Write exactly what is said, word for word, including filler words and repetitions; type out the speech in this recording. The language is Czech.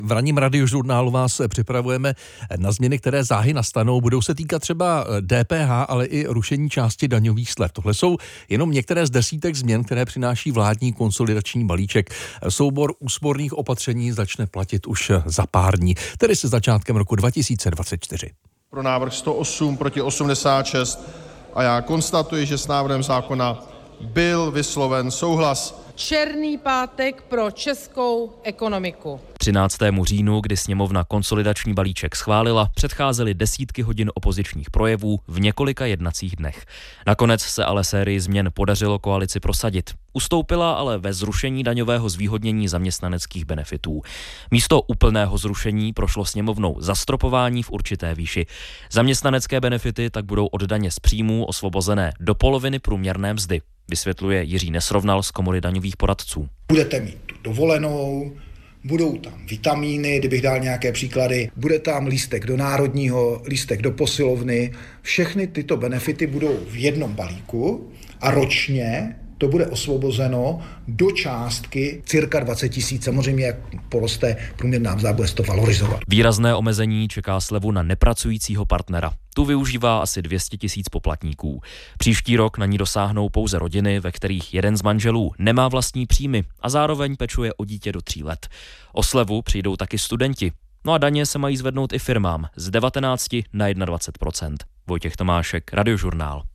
V ranním Radiožurnálu vás připravujeme na změny, které záhy nastanou. Budou se týkat třeba D P H, ale i rušení části daňových slev. Tohle jsou jenom některé z desítek změn, které přináší vládní konsolidační balíček. Soubor úsporných opatření začne platit už za pár dní, tedy se začátkem roku dva tisíce dvacet čtyři. Pro návrh sto osm, proti osmdesát šest a já konstatuji, že s návrhem zákona byl vysloven souhlas. Černý pátek pro českou ekonomiku. třináctému říjnu, kdy sněmovna konsolidační balíček schválila, předcházely desítky hodin opozičních projevů v několika jednacích dnech. Nakonec se ale sérii změn podařilo koalici prosadit. Ustoupila ale ve zrušení daňového zvýhodnění zaměstnaneckých benefitů. Místo úplného zrušení prošlo sněmovnou zastropování v určité výši. Zaměstnanecké benefity tak budou od daně z příjmů osvobozené do poloviny průměrné mzdy, vysvětluje Jiří Nesrovnal z Komory daňových poradců. Budete mít tu dovolenou, budou tam vitamíny, kdybych dal nějaké příklady, bude tam lístek do národního, lístek do posilovny. Všechny tyto benefity budou v jednom balíku a ročně to bude osvobozeno do částky cirka dvacet tisíc. Samozřejmě, jak poroste průměrná mzda, bude se to valorizovat. Výrazné omezení čeká slevu na nepracujícího partnera. Tu využívá asi dvě stě tisíc poplatníků. Příští rok na ní dosáhnou pouze rodiny, ve kterých jeden z manželů nemá vlastní příjmy a zároveň pečuje o dítě do tří let. O slevu přijdou taky studenti. No a daně se mají zvednout i firmám z devatenáct na dvacet jedna procent. Vojtěch Tomášek, Radiožurnál.